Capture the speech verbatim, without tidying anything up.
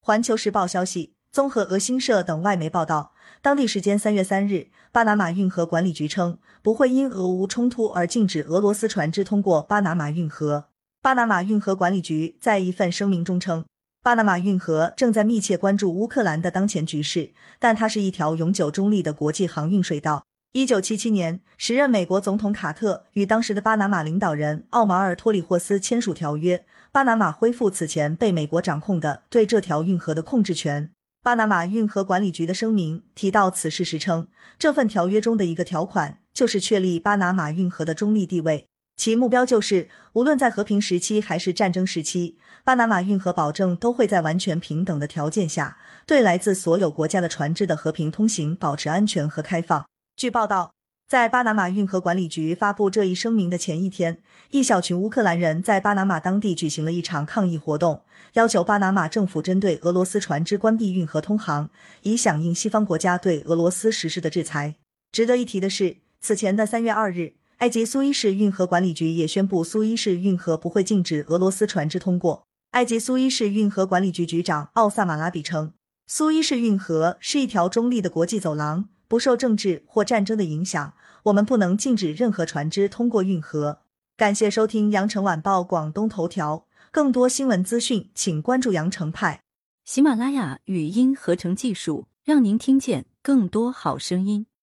环球时报消息，综合俄新社等外媒报道，当地时间三月三日，巴拿马运河管理局称，不会因俄乌冲突而禁止俄罗斯船只通过巴拿马运河。巴拿马运河管理局在一份声明中称，巴拿马运河正在密切关注乌克兰的当前局势，但它是一条永久中立的国际航运水道。一九七七年，时任美国总统卡特与当时的巴拿马领导人奥马尔·托里霍斯签署条约，巴拿马恢复此前被美国掌控的对这条运河的控制权。巴拿马运河管理局的声明提到此事时称，这份条约中的一个条款就是确立巴拿马运河的中立地位，其目标就是无论在和平时期还是战争时期，巴拿马运河保证都会在完全平等的条件下，对来自所有国家的船只的和平通行保持安全和开放。据报道，在巴拿马运河管理局发布这一声明的前一天，一小群乌克兰人在巴拿马当地举行了一场抗议活动，要求巴拿马政府针对俄罗斯船只关闭运河通航，以响应西方国家对俄罗斯实施的制裁。值得一提的是，此前的三月二日，埃及苏伊士运河管理局也宣布苏伊士运河不会禁止俄罗斯船只通过。埃及苏伊士运河管理局局长奥萨马拉比称，苏伊士运河是一条中立的国际走廊，不受政治或战争的影响，我们不能禁止任何船只通过运河。感谢收听羊城晚报广东头条，更多新闻资讯请关注羊城派。 喜马拉雅语音合成技术，让您听见更多好声音。